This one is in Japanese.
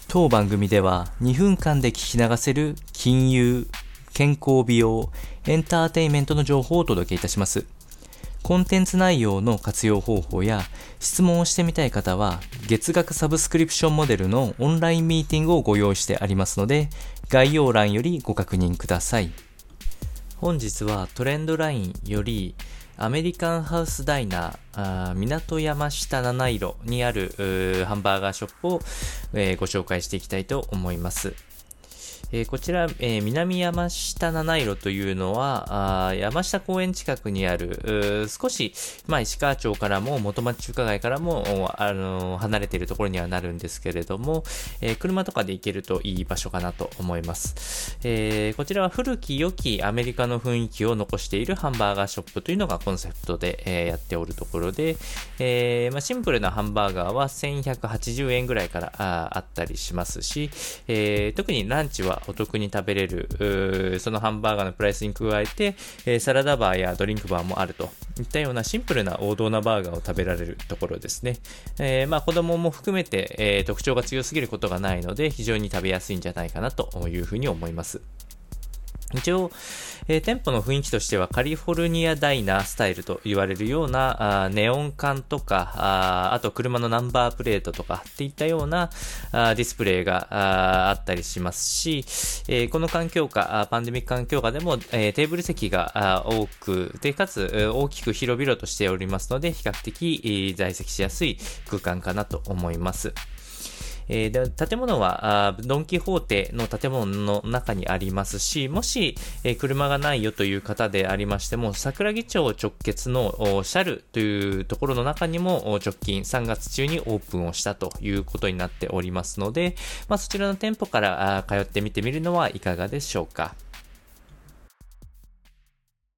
当番組では2分間で聞き流せる金融、健康美容、エンターテインメントの情報をお届けいたします。コンテンツ内容の活用方法や質問をしてみたい方は月額サブスクリプションモデルのオンラインミーティングをご用意してありますので、概要欄よりご確認ください。本日はトレンドラインよりアメリカンハウスダイナー港山下七色にあるハンバーガーショップを、ご紹介していきたいと思います。こちら、南山下七色というのは山下公園近くにある少し、石川町からも元町中華街からも離れているところにはなるんですけれども、車とかで行けるといい場所かなと思います。こちらは古き良きアメリカの雰囲気を残しているハンバーガーショップというのがコンセプトで、やっておるところで、シンプルなハンバーガーは1180円ぐらいからあったりしますし、特にランチはお得に食べれるそのハンバーガーのプライスに加えて、サラダバーやドリンクバーもあるといったようなシンプルな王道なバーガーを食べられるところですね。子供も含めて、特徴が強すぎることがないので非常に食べやすいんじゃないかなというふうに思います。一応、店舗の雰囲気としてはカリフォルニアダイナースタイルと言われるようなネオン管とかあと車のナンバープレートとかっていったようなディスプレイがあったりしますし、この環境下パンデミック環境下でも、テーブル席が多くでかつ大きく広々としておりますので比較的在籍しやすい空間かなと思います。で建物はドンキホーテの建物の中にありますし、もし、車がないよという方でありましても、桜木町直結のシャルというところの中にも直近3月中にオープンをしたということになっておりますので、そちらの店舗から通ってみてみるのはいかがでしょうか。